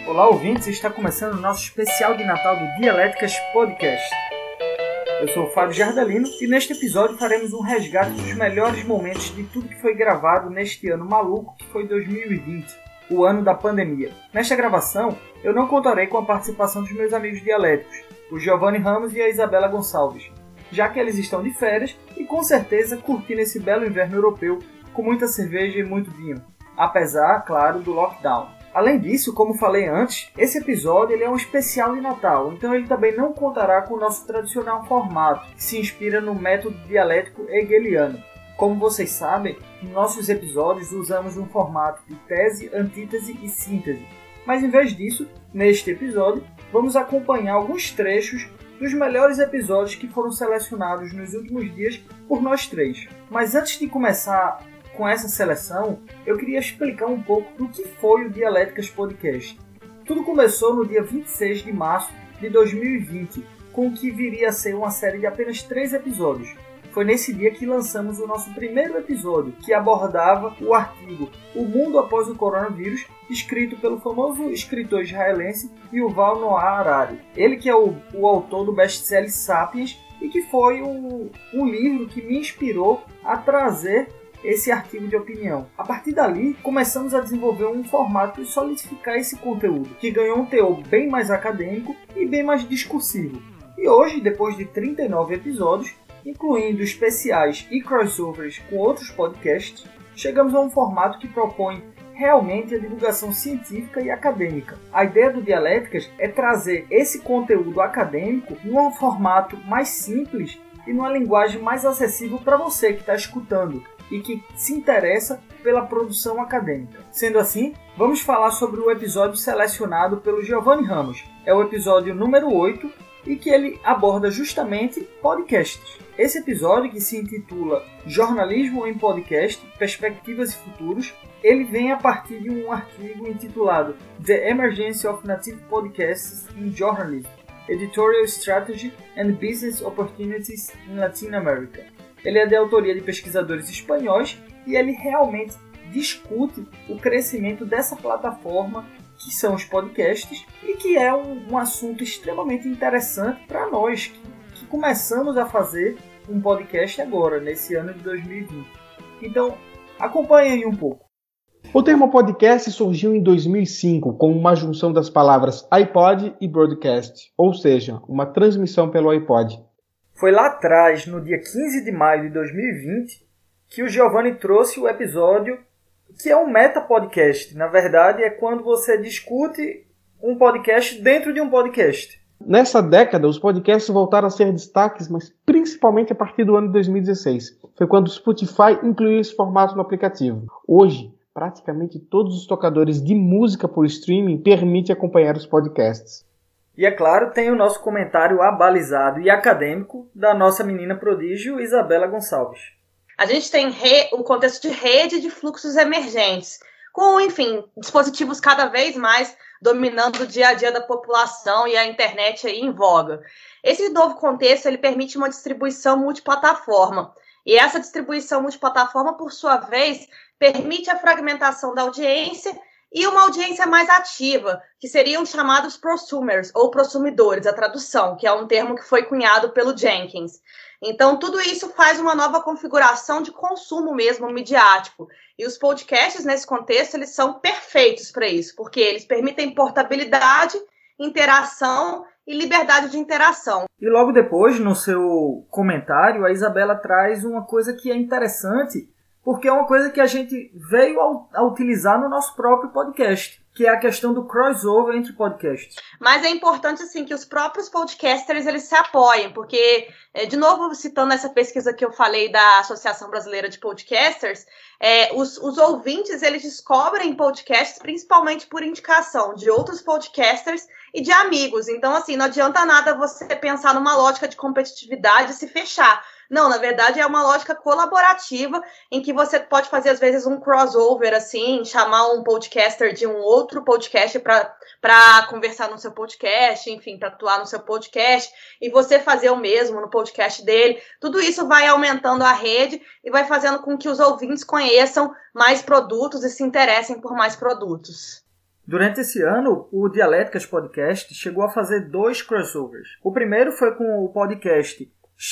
Olá, ouvintes! Está começando o nosso especial de Natal do Dialéticas Podcast. Eu sou o Fábio Jardelino e neste episódio faremos um resgate dos melhores momentos de tudo que foi gravado neste ano maluco que foi 2020, o ano da pandemia. Nesta gravação, eu não contarei com a participação dos meus amigos dialéticos, o Giovanni Ramos e a Isabela Gonçalves, já que eles estão de férias e com certeza curtindo esse belo inverno europeu com muita cerveja e muito vinho, apesar, claro, do lockdown. Além disso, como falei antes, esse episódio ele é um especial de Natal, então ele também não contará com o nosso tradicional formato, que se inspira no método dialético hegeliano. Como vocês sabem, em nossos episódios usamos um formato de tese, antítese e síntese, mas em vez disso, neste episódio, vamos acompanhar alguns trechos dos melhores episódios que foram selecionados nos últimos dias por nós três. Mas antes de começar com essa seleção, eu queria explicar um pouco do que foi o Dialéticas Podcast. Tudo começou no dia 26 de março de 2020, com o que viria a ser uma série de apenas 3 episódios. Foi nesse dia que lançamos o nosso primeiro episódio, que abordava o artigo O Mundo Após o Coronavírus, escrito pelo famoso escritor israelense Yuval Noah Harari. Ele que é o autor do best-seller Sapiens e que foi um livro que me inspirou a trazer esse artigo de opinião. A partir dali, começamos a desenvolver um formato e solidificar esse conteúdo, que ganhou um teor bem mais acadêmico e bem mais discursivo. E hoje, depois de 39 episódios, incluindo especiais e crossovers com outros podcasts, chegamos a um formato que propõe realmente a divulgação científica e acadêmica. A ideia do Dialéticas é trazer esse conteúdo acadêmico em um formato mais simples e numa linguagem mais acessível para você que está escutando e que se interessa pela produção acadêmica. Sendo assim, vamos falar sobre o episódio selecionado pelo Giovanni Ramos. É o episódio número 8 e que ele aborda justamente podcasts. Esse episódio, que se intitula Jornalismo em Podcast, Perspectivas e Futuros, ele vem a partir de um artigo intitulado The Emergence of Native Podcasts in Journalism, Editorial Strategy and Business Opportunities in Latin America. Ele é de autoria de pesquisadores espanhóis e ele realmente discute o crescimento dessa plataforma que são os podcasts e que é um assunto extremamente interessante para nós que começamos a fazer um podcast agora, nesse ano de 2020. Então, acompanhe aí um pouco. O termo podcast surgiu em 2005 como uma junção das palavras iPod e broadcast, ou seja, uma transmissão pelo iPod. Foi lá atrás, no dia 15 de maio de 2020, que o Giovanni trouxe o episódio que é um meta-podcast. Na verdade, é quando você discute um podcast dentro de um podcast. Nessa década, os podcasts voltaram a ser destaques, mas principalmente a partir do ano de 2016. Foi quando o Spotify incluiu esse formato no aplicativo. Hoje, praticamente todos os tocadores de música por streaming permitem acompanhar os podcasts. E é claro, tem o nosso comentário abalizado e acadêmico da nossa menina prodígio, Isabela Gonçalves. A gente tem o contexto de rede de fluxos emergentes, com, enfim, dispositivos cada vez mais dominando o dia a dia da população e a internet aí em voga. Esse novo contexto ele permite uma distribuição multiplataforma. E essa distribuição multiplataforma, por sua vez, permite a fragmentação da audiência e uma audiência mais ativa, que seriam chamados prosumers, ou prosumidores, a tradução, que é um termo que foi cunhado pelo Jenkins. Então, tudo isso faz uma nova configuração de consumo mesmo midiático. E os podcasts, nesse contexto, eles são perfeitos para isso, porque eles permitem portabilidade, interação e liberdade de interação. E logo depois, no seu comentário, a Isabela traz uma coisa que é interessante, porque é uma coisa que a gente veio a utilizar no nosso próprio podcast, que é a questão do crossover entre podcasts. Mas é importante, assim, que os próprios podcasters, eles se apoiem, porque, de novo, citando essa pesquisa que eu falei da Associação Brasileira de Podcasters, os ouvintes, eles descobrem podcasts principalmente por indicação de outros podcasters e de amigos. Então, assim, não adianta nada você pensar numa lógica de competitividade e se fechar. Não, na verdade é uma lógica colaborativa em que você pode fazer, às vezes, um crossover, assim, chamar um podcaster de um outro podcast para conversar no seu podcast, enfim, para atuar no seu podcast, e você fazer o mesmo no podcast dele. Tudo isso vai aumentando a rede e vai fazendo com que os ouvintes conheçam mais produtos e se interessem por mais produtos. Durante esse ano, o Dialéticas Podcast chegou a fazer 2 crossovers. O primeiro foi com o podcast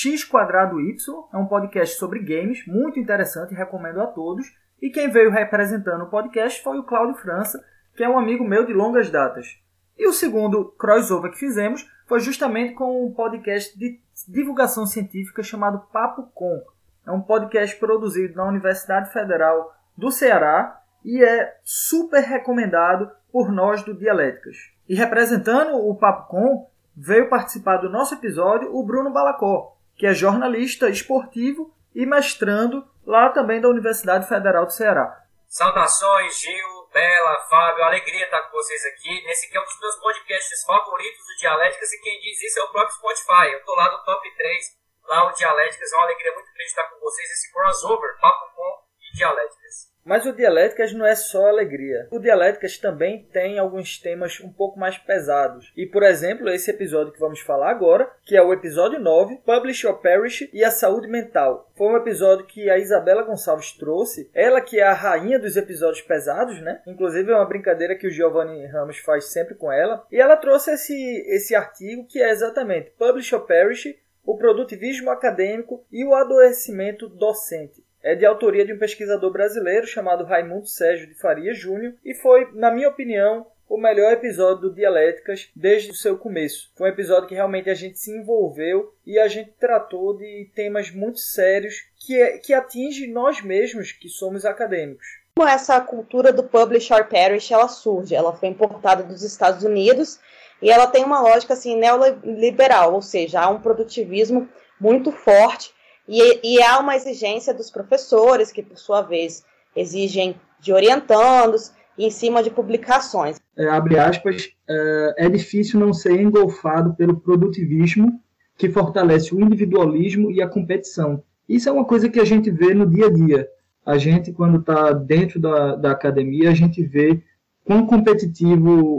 X²Y, é um podcast sobre games, muito interessante, recomendo a todos. E quem veio representando o podcast foi o Cláudio França, que é um amigo meu de longas datas. E o segundo crossover que fizemos foi justamente com um podcast de divulgação científica chamado Papo Com. É um podcast produzido na Universidade Federal do Ceará e é super recomendado por nós do Dialéticas. E representando o Papo Com, veio participar do nosso episódio o Bruno Balacó, que é jornalista esportivo e mestrando lá também da Universidade Federal do Ceará. Saudações, Gil, Bela, Fábio, alegria estar com vocês aqui. Nesse aqui é um dos meus podcasts favoritos do Dialéticas e quem diz isso é o próprio Spotify. Eu tô lá no top 3, lá o Dialéticas, é uma alegria muito grande estar com vocês. Esse crossover, Papo Com e Dialéticas. Mas o Dialéticas não é só alegria. O Dialéticas também tem alguns temas um pouco mais pesados. E, por exemplo, esse episódio que vamos falar agora, que é o episódio 9, Publish or Perish e a Saúde Mental. Foi um episódio que a Isabela Gonçalves trouxe. Ela que é a rainha dos episódios pesados, né? Inclusive é uma brincadeira que o Giovanni Ramos faz sempre com ela. E ela trouxe esse artigo que é exatamente Publish or Perish, o produtivismo acadêmico e o adoecimento docente. É de autoria de um pesquisador brasileiro chamado Raimundo Sérgio de Faria Júnior e foi, na minha opinião, o melhor episódio do Dialéticas desde o seu começo. Foi um episódio que realmente a gente se envolveu e a gente tratou de temas muito sérios que atingem nós mesmos, que somos acadêmicos. Como essa cultura do publish or perish, ela surge, ela foi importada dos Estados Unidos e ela tem uma lógica assim, neoliberal, ou seja, há um produtivismo muito forte. E há uma exigência dos professores, que por sua vez exigem de orientandos em cima de publicações. Abre aspas, é difícil não ser engolfado pelo produtivismo que fortalece o individualismo e a competição. Isso é uma coisa que a gente vê no dia a dia. A gente, quando está dentro da academia, a gente vê quão competitivo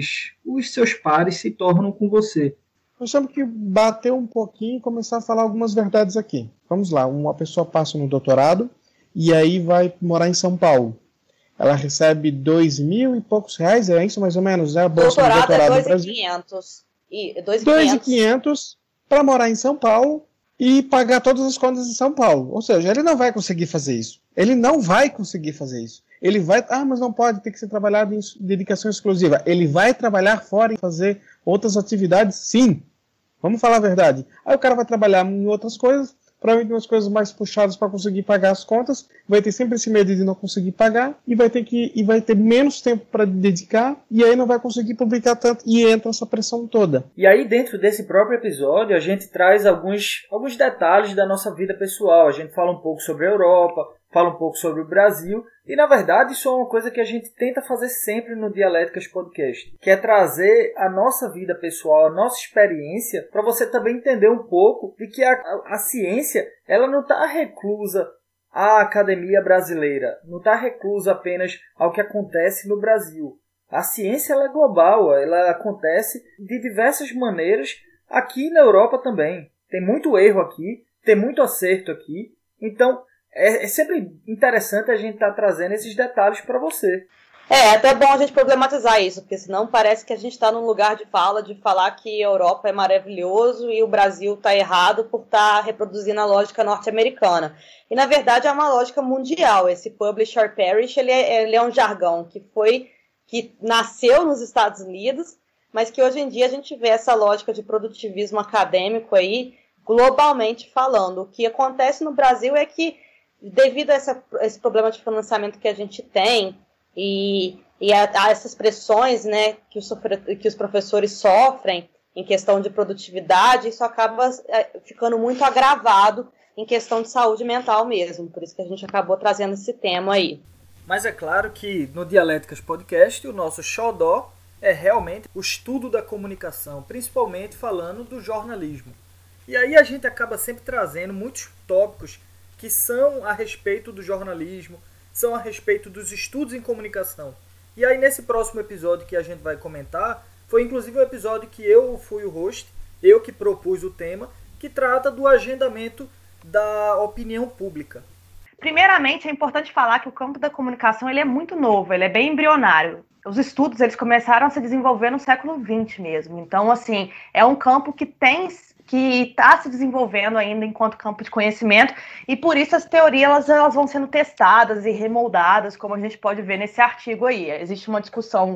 os seus pares se tornam com você. Nós temos que bater um pouquinho e começar a falar algumas verdades aqui. Vamos lá, uma pessoa passa no doutorado e aí vai morar em São Paulo. Ela recebe 2.000 e poucos reais, é isso mais ou menos? É a bolsa do doutorado é 2.500. 2.500 para morar em São Paulo e pagar todas as contas em São Paulo. Ou seja, ele não vai conseguir fazer isso. Ele não vai conseguir fazer isso. Ele vai, mas não pode, ter que ser trabalhado em dedicação exclusiva. Ele vai trabalhar fora e fazer outras atividades, sim. Vamos falar a verdade. Aí o cara vai trabalhar em outras coisas, provavelmente umas coisas mais puxadas para conseguir pagar as contas, vai ter sempre esse medo de não conseguir pagar e vai ter menos tempo para dedicar e aí não vai conseguir publicar tanto e entra essa pressão toda. E aí dentro desse próprio episódio a gente traz alguns detalhes da nossa vida pessoal. A gente fala um pouco sobre a Europa, fala um pouco sobre o Brasil e na verdade isso é uma coisa que a gente tenta fazer sempre no Dialéticas Podcast, que é trazer a nossa vida pessoal, a nossa experiência, para você também entender um pouco de que a ciência ela não está reclusa à academia brasileira, não está reclusa apenas ao que acontece no Brasil. A ciência ela é global, ela acontece de diversas maneiras aqui na Europa também. Tem muito erro aqui, tem muito acerto aqui, então é sempre interessante a gente estar trazendo esses detalhes para você. É até bom a gente problematizar isso, porque senão parece que a gente está num lugar de falar que a Europa é maravilhoso e o Brasil está errado por estar reproduzindo a lógica norte-americana. E na verdade é uma lógica mundial. Esse publish or perish ele é um jargão que nasceu nos Estados Unidos, mas que hoje em dia a gente vê essa lógica de produtivismo acadêmico aí globalmente falando. O que acontece no Brasil é que devido a esse problema de financiamento que a gente tem e a essas pressões, né, que os professores sofrem em questão de produtividade, isso acaba ficando muito agravado em questão de saúde mental mesmo. Por isso que a gente acabou trazendo esse tema aí. Mas é claro que no Dialéticas Podcast o nosso xodó é realmente o estudo da comunicação, principalmente falando do jornalismo. E aí a gente acaba sempre trazendo muitos tópicos que são a respeito do jornalismo, são a respeito dos estudos em comunicação. E aí nesse próximo episódio que a gente vai comentar, foi inclusive o episódio que eu fui o host, eu que propus o tema, que trata do agendamento da opinião pública. Primeiramente, é importante falar que o campo da comunicação ele é muito novo, ele é bem embrionário. os estudos eles começaram a se desenvolver no século XX mesmo. Então, assim, é um campo que está se desenvolvendo ainda enquanto campo de conhecimento, e por isso as teorias elas vão sendo testadas e remoldadas, como a gente pode ver nesse artigo aí. Existe uma discussão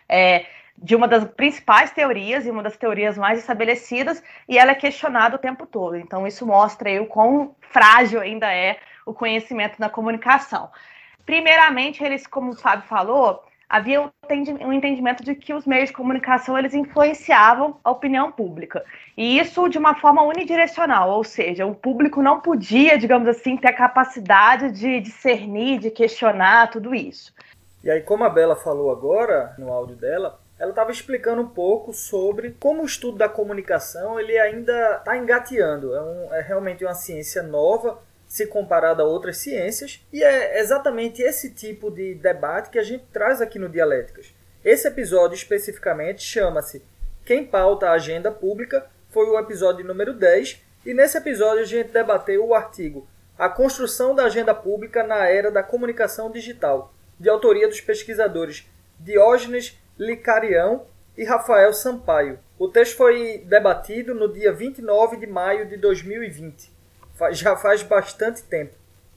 de uma das principais teorias e uma das teorias mais estabelecidas, e ela é questionada o tempo todo. Então, isso mostra aí o quão frágil ainda é o conhecimento na comunicação. Primeiramente, eles, como o Fábio falou, havia um entendimento de que os meios de comunicação eles influenciavam a opinião pública. E isso de uma forma unidirecional, ou seja, o público não podia, digamos assim, ter a capacidade de discernir, de questionar tudo isso. E aí, como a Bela falou agora, no áudio dela, ela estava explicando um pouco sobre como o estudo da comunicação ele ainda está engateando. É realmente uma ciência nova, se comparado a outras ciências, e é exatamente esse tipo de debate que a gente traz aqui no Dialéticas. Esse episódio especificamente chama-se Quem Pauta a Agenda Pública, foi o episódio número 10, e nesse episódio a gente debateu o artigo A Construção da Agenda Pública na Era da Comunicação Digital, de autoria dos pesquisadores Diógenes Licarião e Rafael Sampaio. O texto foi debatido no dia 29 de maio de 2020. Já faz bastante tempo.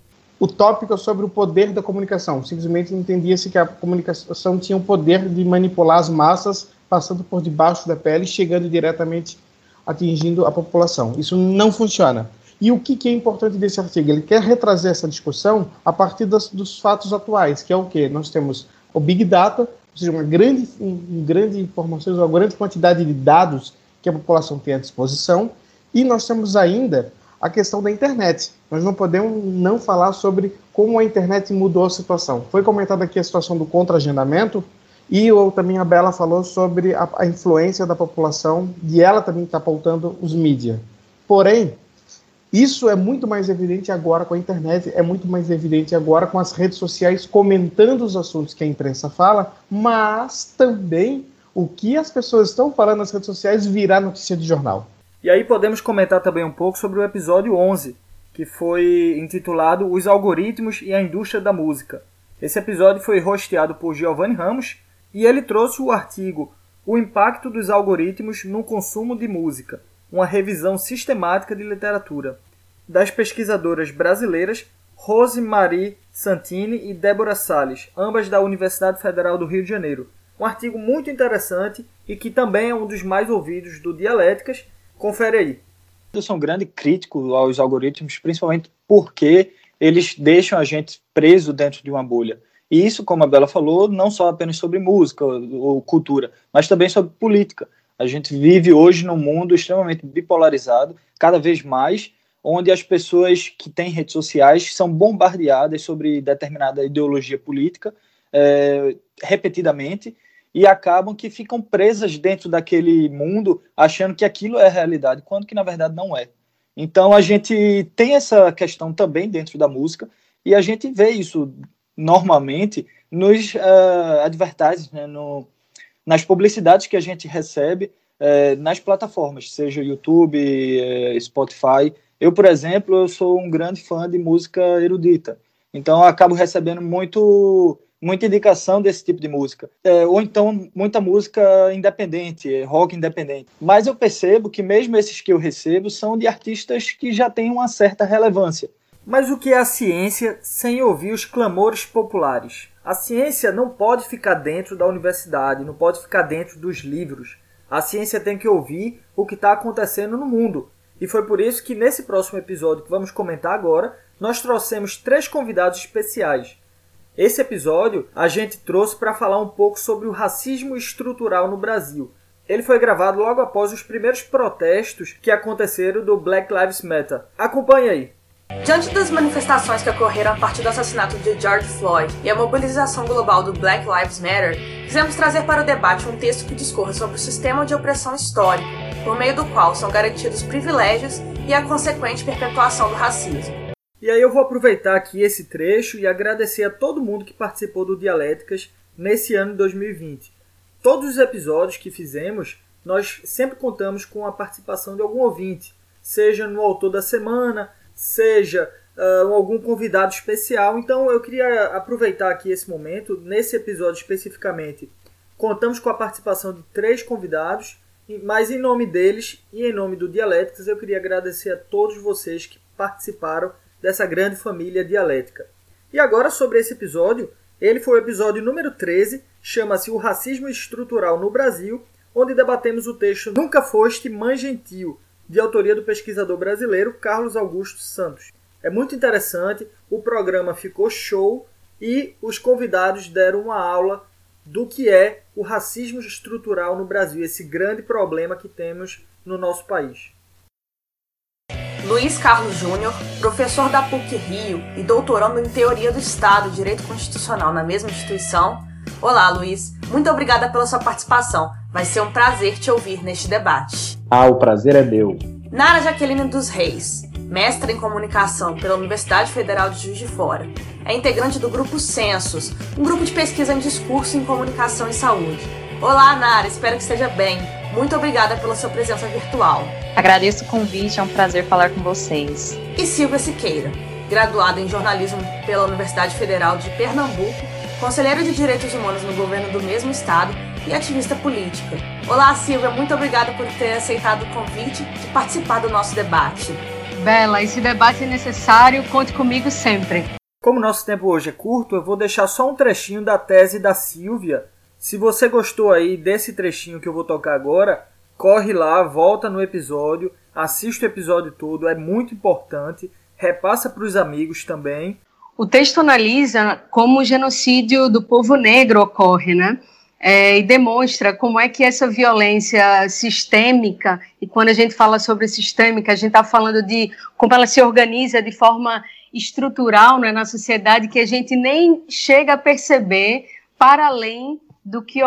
O tópico é sobre o poder da comunicação. Simplesmente entendia-se que a comunicação tinha o poder de manipular as massas, passando por debaixo da pele, chegando diretamente, atingindo a população. Isso não funciona. E o que é importante desse artigo? Ele quer retrazer essa discussão a partir dos fatos atuais, que é o quê? Nós temos o Big Data, ou seja, uma grande informações, uma grande quantidade de dados que a população tem à disposição, e nós temos ainda a questão da internet. Nós não podemos não falar sobre como a internet mudou a situação. Foi comentada aqui a situação do contra-agendamento, e também a Bela falou sobre a influência da população, e ela também está pautando os mídias. Porém, isso é muito mais evidente agora com a internet, é muito mais evidente agora com as redes sociais comentando os assuntos que a imprensa fala, mas também o que as pessoas estão falando nas redes sociais virá notícia de jornal. E aí podemos comentar também um pouco sobre o episódio 11, que foi intitulado Os Algoritmos e a Indústria da Música. Esse episódio foi hosteado por Giovanni Ramos e ele trouxe o artigo O Impacto dos Algoritmos no Consumo de Música, uma revisão sistemática de literatura, das pesquisadoras brasileiras Rose Marie Santini e Débora Salles, ambas da Universidade Federal do Rio de Janeiro. Um artigo muito interessante e que também é um dos mais ouvidos do Dialéticas. Confere aí. Eu sou um grande crítico aos algoritmos, principalmente porque eles deixam a gente preso dentro de uma bolha. E isso, como a Bela falou, não só apenas sobre música ou cultura, mas também sobre política. A gente vive hoje num mundo extremamente bipolarizado, cada vez mais, onde as pessoas que têm redes sociais são bombardeadas sobre determinada ideologia política repetidamente, e acabam que ficam presas dentro daquele mundo, achando que aquilo é a realidade, quando que na verdade não é. Então a gente tem essa questão também dentro da música, e a gente vê isso normalmente nos advertisements, né, nas publicidades que a gente recebe nas plataformas, seja YouTube, Spotify. Eu, por exemplo, eu sou um grande fã de música erudita, então eu acabo recebendo muita indicação desse tipo de música, ou então muita música independente, rock independente. Mas eu percebo que mesmo esses que eu recebo são de artistas que já têm uma certa relevância. Mas o que é a ciência sem ouvir os clamores populares? A ciência não pode ficar dentro da universidade, não pode ficar dentro dos livros. A ciência tem que ouvir o que está acontecendo no mundo. E foi por isso que nesse próximo episódio que vamos comentar agora, nós trouxemos 3 convidados especiais. Esse episódio a gente trouxe para falar um pouco sobre o racismo estrutural no Brasil. Ele foi gravado logo após os primeiros protestos que aconteceram do Black Lives Matter. Acompanhe aí. Diante das manifestações que ocorreram a partir do assassinato de George Floyd e a mobilização global do Black Lives Matter, quisemos trazer para o debate um texto que discorra sobre o sistema de opressão histórico, por meio do qual são garantidos privilégios e a consequente perpetuação do racismo. E aí eu vou aproveitar aqui esse trecho e agradecer a todo mundo que participou do Dialéticas nesse ano de 2020. Todos os episódios que fizemos, nós sempre contamos com a participação de algum ouvinte, seja no autor da semana, seja algum convidado especial. Então eu queria aproveitar aqui esse momento, nesse episódio especificamente, contamos com a participação de 3 convidados, mas em nome deles e em nome do Dialéticas eu queria agradecer a todos vocês que participaram dessa grande família dialética. E agora sobre esse episódio, ele foi o episódio número 13, chama-se O Racismo Estrutural no Brasil, onde debatemos o texto Nunca Foste Mãe Gentil, de autoria do pesquisador brasileiro Carlos Augusto Santos. É muito interessante, o programa ficou show e os convidados deram uma aula do que é o racismo estrutural no Brasil, esse grande problema que temos no nosso país. Luiz Carlos Júnior, professor da PUC-Rio e doutorando em Teoria do Estado e Direito Constitucional na mesma instituição. Olá, Luiz. Muito obrigada pela sua participação. Vai ser um prazer te ouvir neste debate. O prazer é meu. Nara Jaqueline dos Reis, mestra em comunicação pela Universidade Federal de Juiz de Fora. É integrante do Grupo Census, um grupo de pesquisa em discurso em comunicação e saúde. Olá, Nara. Espero que esteja bem. Muito obrigada pela sua presença virtual. Agradeço o convite, é um prazer falar com vocês. E Silvia Siqueira, graduada em jornalismo pela Universidade Federal de Pernambuco, conselheira de Direitos Humanos no governo do mesmo estado e ativista política. Olá, Silvia, muito obrigada por ter aceitado o convite de participar do nosso debate. Bela, esse debate é necessário, conte comigo sempre. Como nosso tempo hoje é curto, eu vou deixar só um trechinho da tese da Silvia. Se você gostou aí desse trechinho que eu vou tocar agora, corre lá, volta no episódio, assiste o episódio todo, é muito importante, repassa para os amigos também. O texto analisa como o genocídio do povo negro ocorre, né? E demonstra como é que essa violência sistêmica, e quando a gente fala sobre sistêmica, a gente está falando de como ela se organiza de forma estrutural, né, na sociedade, que a gente nem chega a perceber para além do que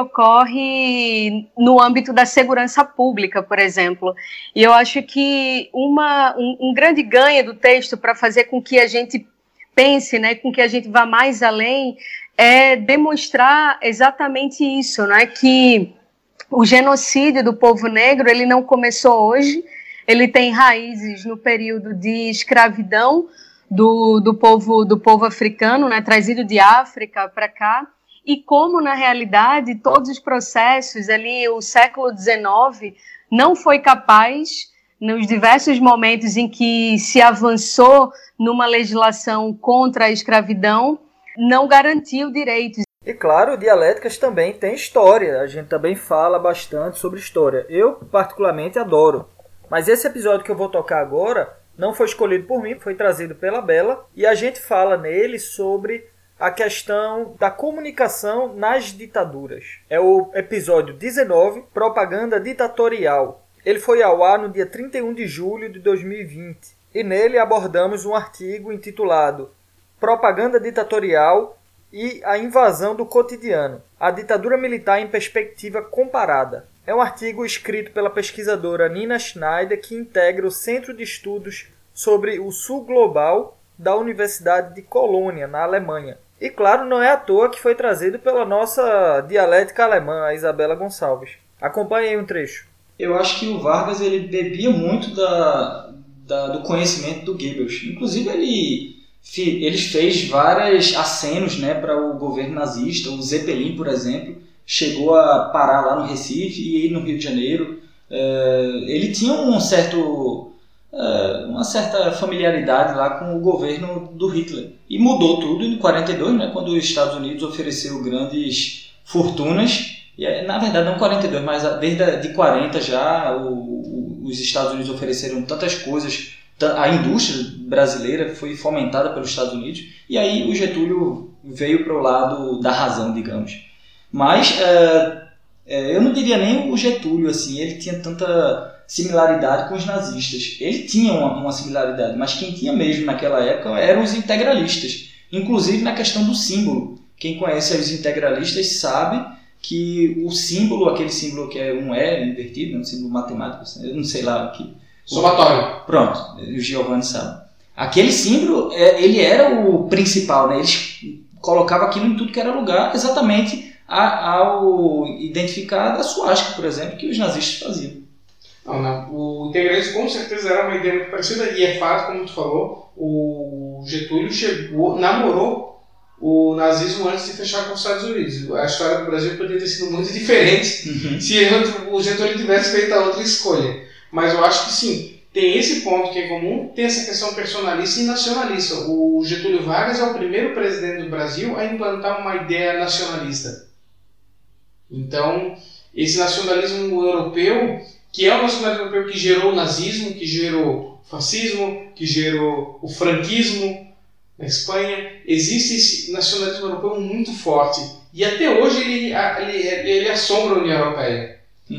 ocorre no âmbito da segurança pública, por exemplo. E eu acho que um grande ganho do texto para fazer com que a gente pense, né, com que a gente vá mais além, é demonstrar exatamente isso, né, que o genocídio do povo negro, ele não começou hoje, ele tem raízes no período de escravidão do povo africano, né, trazido de África para cá, e como, na realidade, todos os processos ali, o século XIX não foi capaz, nos diversos momentos em que se avançou numa legislação contra a escravidão, não garantiu direitos. E claro, o Dialéticas também tem história, a gente também fala bastante sobre história. Eu, particularmente, adoro. Mas esse episódio que eu vou tocar agora não foi escolhido por mim, foi trazido pela Bela, e a gente fala nele sobre a questão da comunicação nas ditaduras. É o episódio 19, Propaganda Ditatorial. Ele foi ao ar no dia 31 de julho de 2020. E nele abordamos um artigo intitulado Propaganda Ditatorial e a Invasão do Cotidiano. A ditadura militar em perspectiva comparada. É um artigo escrito pela pesquisadora Nina Schneider, que integra o Centro de Estudos sobre o Sul Global da Universidade de Colônia, na Alemanha. E claro, não é à toa que foi trazido pela nossa dialética alemã, a Isabela Gonçalves. Acompanhe aí um trecho. Eu acho que o Vargas ele bebia muito do conhecimento do Goebbels. Inclusive, ele fez vários acenos, né, para o governo nazista. O Zeppelin, por exemplo, chegou a parar lá no Recife e ir no Rio de Janeiro. Ele tinha uma certa familiaridade lá com o governo do Hitler. E mudou tudo em 1942, né, quando os Estados Unidos ofereceu grandes fortunas. E, na verdade, não 42, mas desde 40 já os Estados Unidos ofereceram tantas coisas. A indústria brasileira foi fomentada pelos Estados Unidos. E aí o Getúlio veio para o lado da razão, digamos. Mas eu não diria nem o Getúlio, assim, ele tinha tanta similaridade com os nazistas. Ele tinha uma similaridade, mas quem tinha mesmo naquela época eram os integralistas. Inclusive na questão do símbolo. Quem conhece os integralistas sabe que o símbolo, aquele símbolo que é um E invertido, um símbolo matemático, eu não sei lá aqui. Somatório. Pronto, o Giovanni sabe. Aquele símbolo, ele era o principal, né? Eles colocavam aquilo em tudo que era lugar, exatamente ao identificar a suástica, por exemplo, que os nazistas faziam. Não. O integralismo com certeza era uma ideia muito parecida, e é fato, como tu falou, o Getúlio namorou o nazismo antes de fechar com os Estados Unidos. A história do Brasil poderia ter sido muito diferente se o Getúlio tivesse feito a outra escolha. Mas eu acho que sim, tem esse ponto que é comum, tem essa questão personalista e nacionalista. O Getúlio Vargas é o primeiro presidente do Brasil a implantar uma ideia nacionalista. Então, esse nacionalismo europeu, que é o nacionalismo europeu que gerou o nazismo, que gerou o fascismo, que gerou o franquismo na Espanha, existe esse nacionalismo europeu muito forte. E até hoje ele assombra a União Europeia.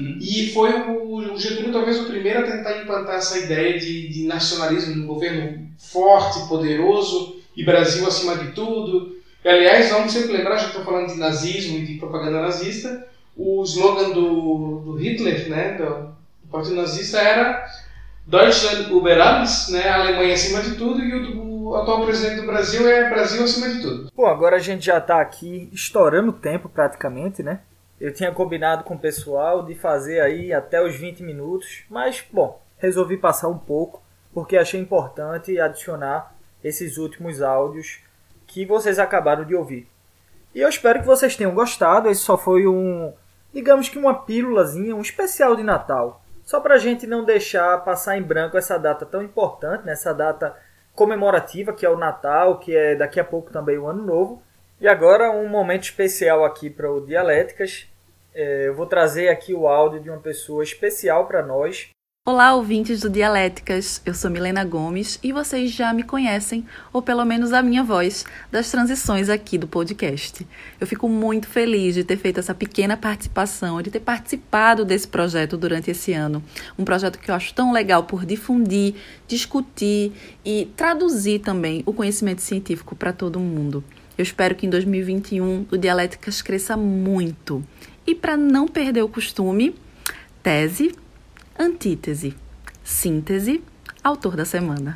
E foi o Getúlio talvez o primeiro a tentar implantar essa ideia de nacionalismo, de um governo forte, poderoso, e Brasil acima de tudo. E, aliás, vamos sempre lembrar, já estou falando de nazismo e de propaganda nazista, o slogan do Hitler, né, do partido nazista, era Deutschland über alles, né, a Alemanha acima de tudo, e o atual presidente do Brasil é Brasil acima de tudo. Bom, agora a gente já está aqui estourando o tempo praticamente, né? Eu tinha combinado com o pessoal de fazer aí até os 20 minutos, mas, bom, resolvi passar um pouco, porque achei importante adicionar esses últimos áudios que vocês acabaram de ouvir. E eu espero que vocês tenham gostado. Esse só foi digamos que uma pílulazinha, um especial de Natal. Só para a gente não deixar passar em branco essa data tão importante, né? Essa data comemorativa que é o Natal, que é daqui a pouco também o Ano Novo. E agora um momento especial aqui para o Dialéticas. Eu vou trazer aqui o áudio de uma pessoa especial para nós. Olá, ouvintes do Dialéticas, eu sou Milena Gomes e vocês já me conhecem, ou pelo menos a minha voz, das transições aqui do podcast. Eu fico muito feliz de ter feito essa pequena participação, de ter participado desse projeto durante esse ano. Um projeto que eu acho tão legal por difundir, discutir e traduzir também o conhecimento científico para todo mundo. Eu espero que em 2021 o Dialéticas cresça muito. E para não perder o costume, tese, antítese, síntese, autor da semana.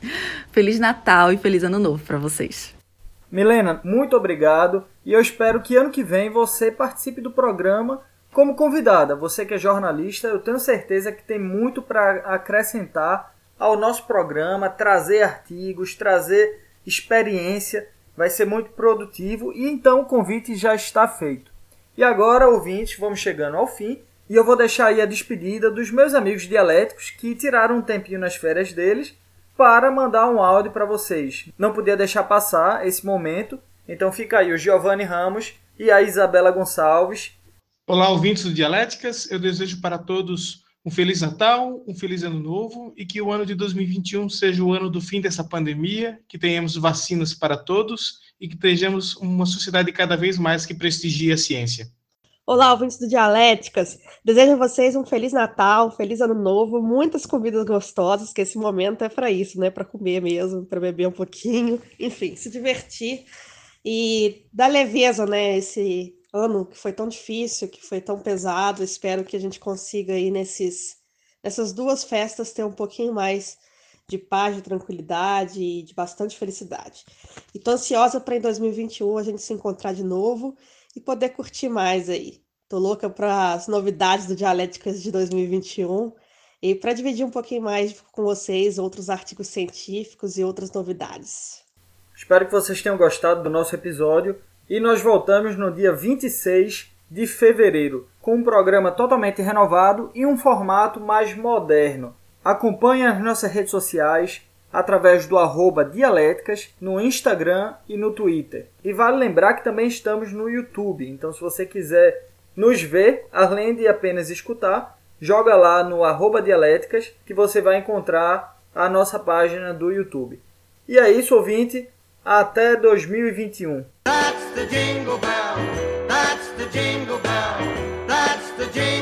Feliz Natal e Feliz Ano Novo para vocês. Milena, muito obrigado. E eu espero que ano que vem você participe do programa como convidada. Você que é jornalista, eu tenho certeza que tem muito para acrescentar ao nosso programa, trazer artigos, trazer experiência. Vai ser muito produtivo e então o convite já está feito. E agora, ouvintes, vamos chegando ao fim e eu vou deixar aí a despedida dos meus amigos dialéticos que tiraram um tempinho nas férias deles para mandar um áudio para vocês. Não podia deixar passar esse momento, então fica aí o Giovanni Ramos e a Isabela Gonçalves. Olá, ouvintes do Dialéticas, eu desejo para todos um Feliz Natal, um Feliz Ano Novo e que o ano de 2021 seja o ano do fim dessa pandemia, que tenhamos vacinas para todos e que tenhamos uma sociedade cada vez mais que prestigie a ciência. Olá, ouvintes do Dialéticas. Desejo a vocês um Feliz Natal, um Feliz Ano Novo, muitas comidas gostosas, que esse momento é para isso, né? Para comer mesmo, para beber um pouquinho, enfim, se divertir e dar leveza, né? Esse ano que foi tão difícil, que foi tão pesado. Espero que a gente consiga aí nessas duas festas ter um pouquinho mais de paz, de tranquilidade e de bastante felicidade. E tô ansiosa para em 2021 a gente se encontrar de novo e poder curtir mais aí. Tô louca para as novidades do Dialéticas de 2021 e para dividir um pouquinho mais com vocês outros artigos científicos e outras novidades. Espero que vocês tenham gostado do nosso episódio e nós voltamos no dia 26 de fevereiro com um programa totalmente renovado e um formato mais moderno. Acompanhe as nossas redes sociais através do @Dialéticas no Instagram e no Twitter. E vale lembrar que também estamos no YouTube. Então, se você quiser nos ver, além de apenas escutar, joga lá no @Dialéticas que você vai encontrar a nossa página do YouTube. E é isso, ouvinte. Até 2021. That's the jingle bell. That's the jingle bell. That's the jingle